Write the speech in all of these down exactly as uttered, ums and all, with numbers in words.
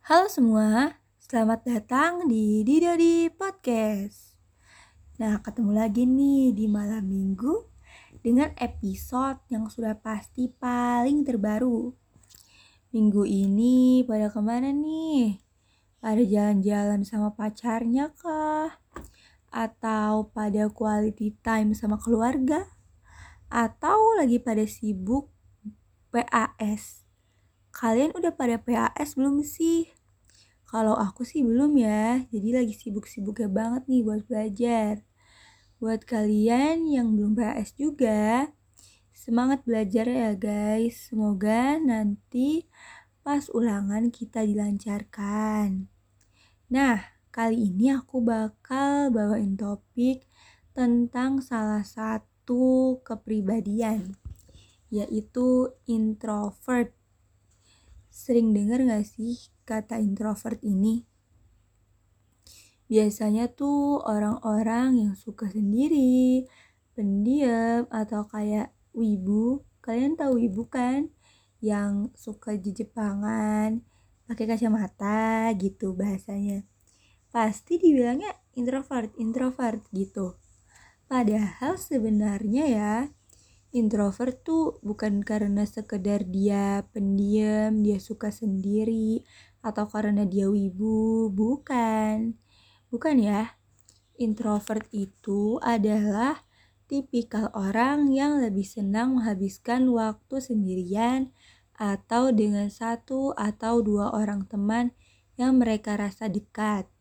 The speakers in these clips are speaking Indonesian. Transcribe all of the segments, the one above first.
Halo semua, selamat datang di Didodi Podcast. Nah, ketemu lagi nih di malam minggu dengan episode yang sudah pasti paling terbaru. Minggu ini pada kemana nih? Pada jalan-jalan sama pacarnya kah? Atau pada quality time sama keluarga? Atau lagi pada sibuk P A S? Kalian udah pada P A S belum sih? Kalau aku sih belum ya, jadi lagi sibuk-sibuknya banget nih buat belajar. Buat kalian yang belum P A S juga, semangat belajar ya guys. Semoga nanti pas ulangan kita dilancarkan. Nah, kali ini aku bakal bawain topik tentang salah satu kepribadian, yaitu introvert. Sering denger gak sih kata introvert ini? Biasanya tuh orang-orang yang suka sendiri, pendiam, atau kayak wibu. Kalian tahu wibu kan? Yang suka di Jepangan, pakai kacamata gitu bahasanya. Pasti dibilangnya introvert, introvert gitu. Padahal sebenarnya ya, introvert tuh bukan karena sekedar dia pendiam, dia suka sendiri, atau karena dia wibu, bukan. Bukan ya, introvert itu adalah tipikal orang yang lebih senang menghabiskan waktu sendirian atau dengan satu atau dua orang teman yang mereka rasa dekat.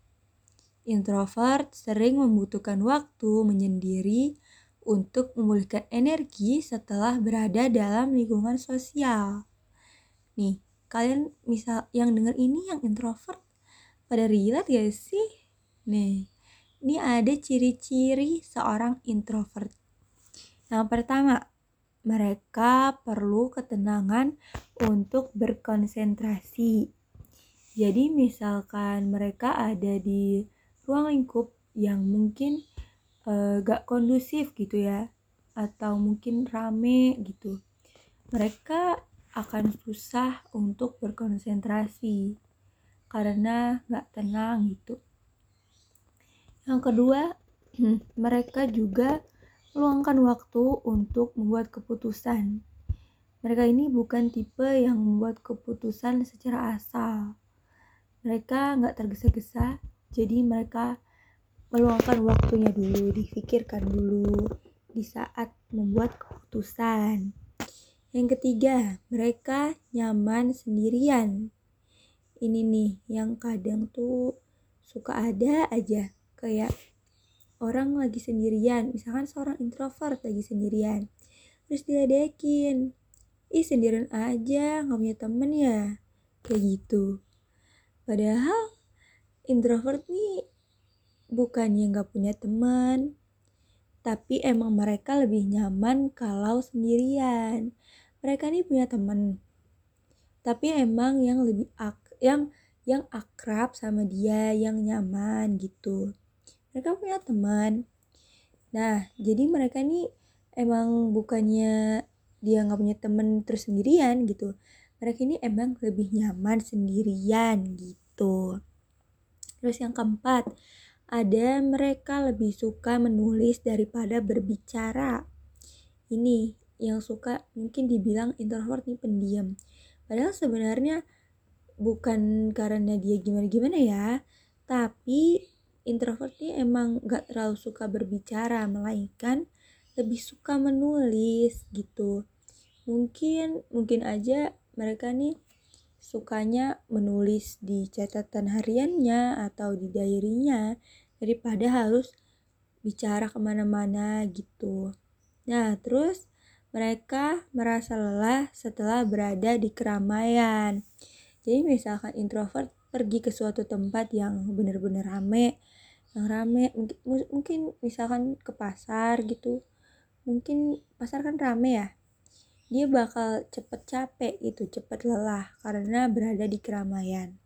Introvert sering membutuhkan waktu menyendiri untuk memulihkan energi setelah berada dalam lingkungan sosial. Nih, kalian misal yang denger ini yang introvert, pada relate gak sih? Nih, ini ada ciri-ciri seorang introvert. Yang pertama, mereka perlu ketenangan untuk berkonsentrasi. Jadi misalkan mereka ada di ruang lingkup yang mungkin e, gak kondusif gitu ya, atau mungkin rame gitu, mereka akan susah untuk berkonsentrasi karena gak tenang gitu. Yang kedua, mereka juga meluangkan waktu untuk membuat keputusan. Mereka ini bukan tipe yang membuat keputusan secara asal. Mereka gak tergesa-gesa, jadi mereka meluangkan waktunya dulu, difikirkan dulu di saat membuat keputusan. Yang ketiga, mereka nyaman sendirian. Ini nih yang kadang tuh suka ada aja, kayak orang lagi sendirian, misalkan seorang introvert lagi sendirian, terus diledekin, ih sendirian aja, gak punya temen ya, kayak gitu. Padahal introvert nih bukannya gak punya teman, tapi emang mereka lebih nyaman kalau sendirian. Mereka nih punya teman, tapi emang yang lebih ak- yang yang akrab sama dia, yang nyaman gitu. Mereka punya teman. Nah, jadi mereka nih emang bukannya dia gak punya teman terus sendirian gitu. Mereka ini emang lebih nyaman sendirian gitu. Terus yang keempat, ada mereka lebih suka menulis daripada berbicara. Ini yang suka mungkin dibilang introvert nih pendiam. Padahal sebenarnya bukan karena dia gimana-gimana ya, tapi introvert ini emang gak terlalu suka berbicara, melainkan lebih suka menulis gitu. Mungkin mungkin aja mereka nih sukanya menulis di catatan hariannya atau di diary-nya daripada harus bicara kemana-mana gitu. Nah, terus mereka merasa lelah setelah berada di keramaian. Jadi misalkan introvert pergi ke suatu tempat yang benar-benar rame, yang rame mungkin, mungkin misalkan ke pasar gitu, mungkin pasar kan rame ya, dia bakal cepet capek gitu, cepet lelah karena berada di keramaian.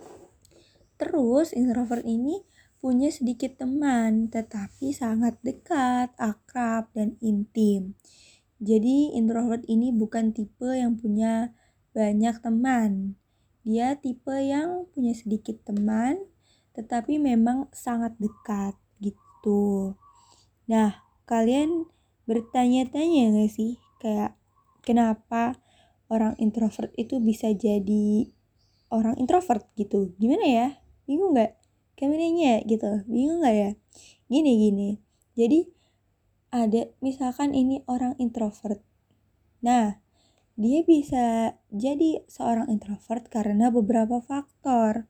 Terus introvert ini punya sedikit teman, tetapi sangat dekat, akrab, dan intim. Jadi introvert ini bukan tipe yang punya banyak teman. Dia tipe yang punya sedikit teman, tetapi memang sangat dekat gitu. Nah, kalian bertanya-tanya gak sih kayak kenapa orang introvert itu bisa jadi orang introvert gitu? Gimana ya? Bingung gak? Kameranya gitu, bingung gak ya? Gini-gini, jadi ada misalkan ini orang introvert. Nah, dia bisa jadi seorang introvert karena beberapa faktor.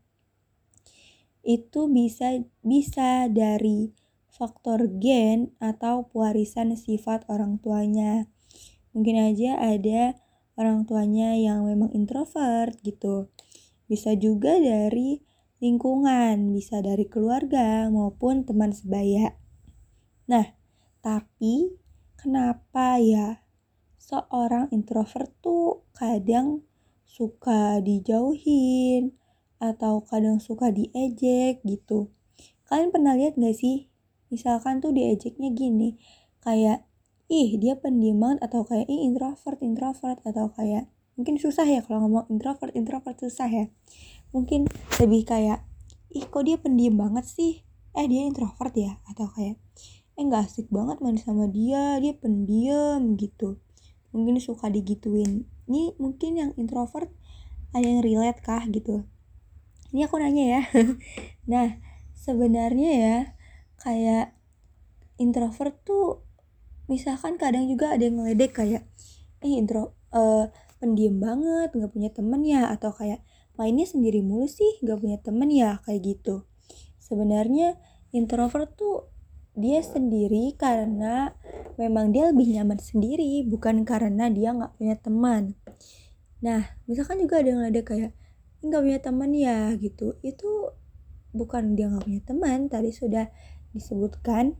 Itu bisa bisa dari faktor gen atau pewarisan sifat orang tuanya. Mungkin aja ada orang tuanya yang memang introvert gitu. Bisa juga dari lingkungan, bisa dari keluarga maupun teman sebaya. Nah, tapi kenapa ya seorang introvert tuh kadang suka dijauhin atau kadang suka diejek gitu. Kalian pernah lihat gak sih? Misalkan tuh diejeknya gini, kayak ih dia pendiam banget, atau kayak ih introvert introvert, atau kayak mungkin susah ya kalau ngomong introvert introvert susah ya. Mungkin lebih kayak ih kok dia pendiam banget sih, eh dia introvert ya, atau kayak eh nggak asik banget main sama dia, dia pendiam gitu. Mungkin suka digituin. Ini mungkin yang introvert ada yang relate kah gitu. Ini aku nanya ya. Nah, sebenarnya ya kayak introvert tuh misalkan kadang juga ada yang ngeledek kayak eh intro uh, pendiam banget, nggak punya temen ya, atau kayak mainnya sendiri mulu sih, nggak punya temen ya, kayak gitu. Sebenarnya introvert tuh dia sendiri karena memang dia lebih nyaman sendiri, bukan karena dia nggak punya teman. Nah, misalkan juga ada yang ada kayak nggak punya teman ya gitu, itu bukan dia nggak punya teman, tadi sudah disebutkan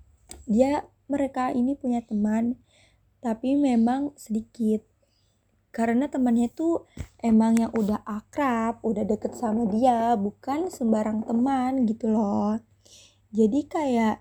dia mereka ini punya teman, tapi memang sedikit. Karena temannya tuh emang yang udah akrab, udah deket sama dia, bukan sembarang teman gitu loh. Jadi kayak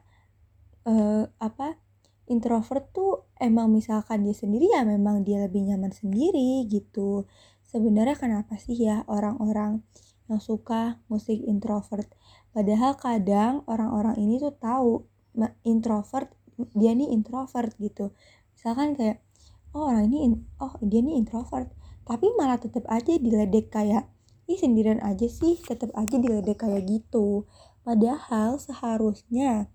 uh, apa introvert tuh emang misalkan dia sendiri ya memang dia lebih nyaman sendiri gitu. Sebenarnya kenapa sih ya orang-orang yang suka musik introvert? Padahal kadang orang-orang ini tuh tahu introvert, dia nih introvert gitu. Misalkan kayak oh orang ini in- oh dia nih introvert, tapi malah tetap aja diledek kayak ih sendirian aja sih, tetap aja diledek kayak gitu. Padahal seharusnya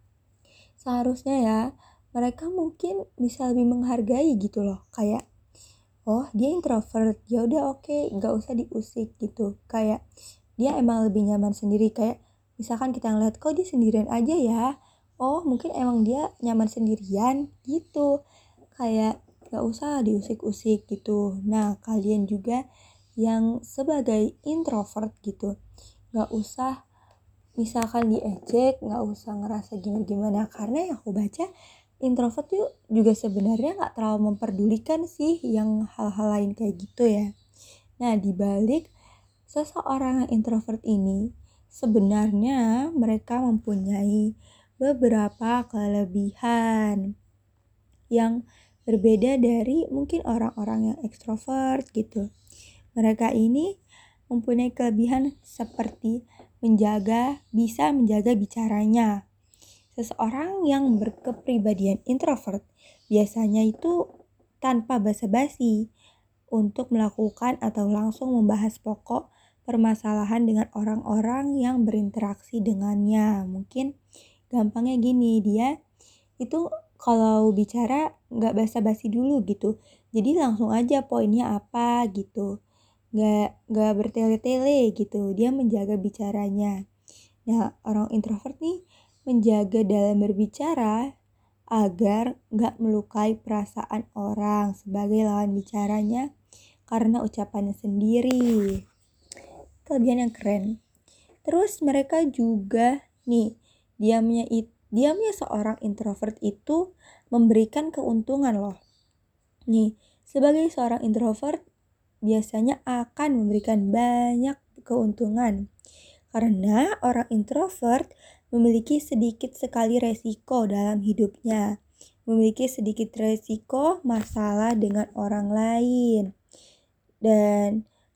seharusnya ya mereka mungkin bisa lebih menghargai gitu loh, kayak oh dia introvert, ya udah oke, okay, nggak usah diusik gitu, kayak dia emang lebih nyaman sendiri. Kayak misalkan kita ngeliat kok dia sendirian aja ya, oh mungkin emang dia nyaman sendirian gitu, kayak nggak usah diusik-usik gitu. Nah kalian juga yang sebagai introvert gitu, nggak usah misalkan diejek, nggak usah ngerasa gimana-gimana, karena yang aku baca introvert tuh juga sebenarnya nggak terlalu memperdulikan sih yang hal-hal lain kayak gitu ya. Nah dibalik seseorang yang introvert ini sebenarnya mereka mempunyai beberapa kelebihan yang berbeda dari mungkin orang-orang yang ekstrovert gitu. Mereka ini mempunyai kelebihan seperti menjaga, bisa menjaga bicaranya. Seseorang yang berkepribadian introvert biasanya itu tanpa basa-basi untuk melakukan atau langsung membahas pokok permasalahan dengan orang-orang yang berinteraksi dengannya. Mungkin gampangnya gini, dia itu kalau bicara nggak basa-basi dulu gitu, jadi langsung aja poinnya apa gitu, nggak nggak bertele-tele gitu, dia menjaga bicaranya. Nah orang introvert nih menjaga dalam berbicara agar nggak melukai perasaan orang sebagai lawan bicaranya karena ucapannya sendiri. Kelebihan yang keren. Terus mereka juga nih diamnya itu diamnya seorang introvert itu memberikan keuntungan loh. Nih, sebagai seorang introvert biasanya akan memberikan banyak keuntungan. Karena orang introvert memiliki sedikit sekali resiko dalam hidupnya. Memiliki sedikit resiko masalah dengan orang lain. Dan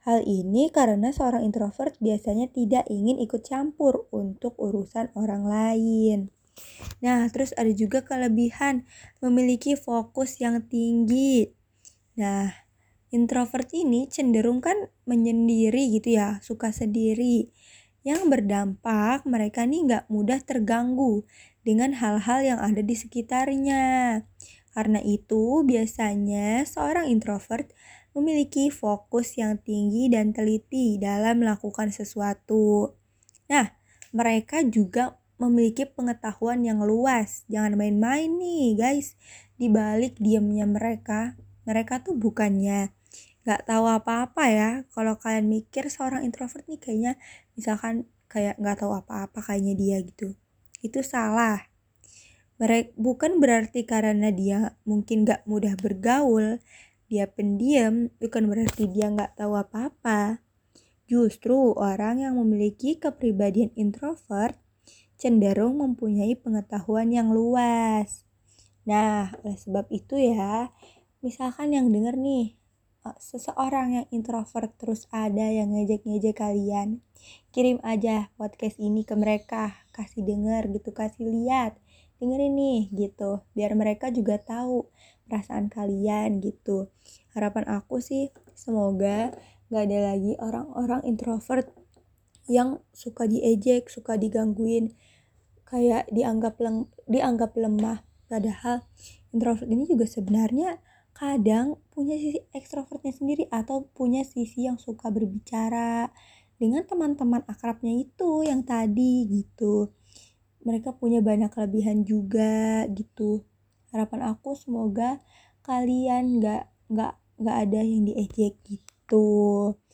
Hal ini karena seorang introvert biasanya tidak ingin ikut campur untuk urusan orang lain. Nah, terus ada juga kelebihan memiliki fokus yang tinggi. Nah, introvert ini cenderung kan menyendiri gitu ya, suka sendiri. Yang berdampak mereka nih nggak mudah terganggu dengan hal-hal yang ada di sekitarnya. Karena itu biasanya seorang introvert memiliki fokus yang tinggi dan teliti dalam melakukan sesuatu. Nah, mereka juga memiliki pengetahuan yang luas. Jangan main-main nih guys. Di balik diamnya mereka, mereka tuh bukannya gak tahu apa-apa ya. Kalau kalian mikir seorang introvert nih kayaknya misalkan kayak gak tahu apa-apa kayaknya dia gitu. Itu salah. Mereka bukan berarti karena dia mungkin gak mudah bergaul, dia pendiam, bukan berarti dia gak tahu apa-apa. Justru orang yang memiliki kepribadian introvert cenderung mempunyai pengetahuan yang luas. Nah, oleh sebab itu ya, misalkan yang denger nih, seseorang yang introvert terus ada yang ngejek-ngejek kalian, kirim aja podcast ini ke mereka, kasih denger gitu, kasih lihat, dengerin nih gitu, biar mereka juga tahu perasaan kalian gitu. Harapan aku sih semoga gak ada lagi orang-orang introvert yang suka diejek, suka digangguin, kayak dianggap leng- dianggap lemah. Padahal introvert ini juga sebenarnya kadang punya sisi ekstrovertnya sendiri atau punya sisi yang suka berbicara dengan teman-teman akrabnya itu yang tadi gitu. Mereka punya banyak kelebihan juga gitu. Harapan aku semoga kalian gak, gak, gak ada yang diejek gitu.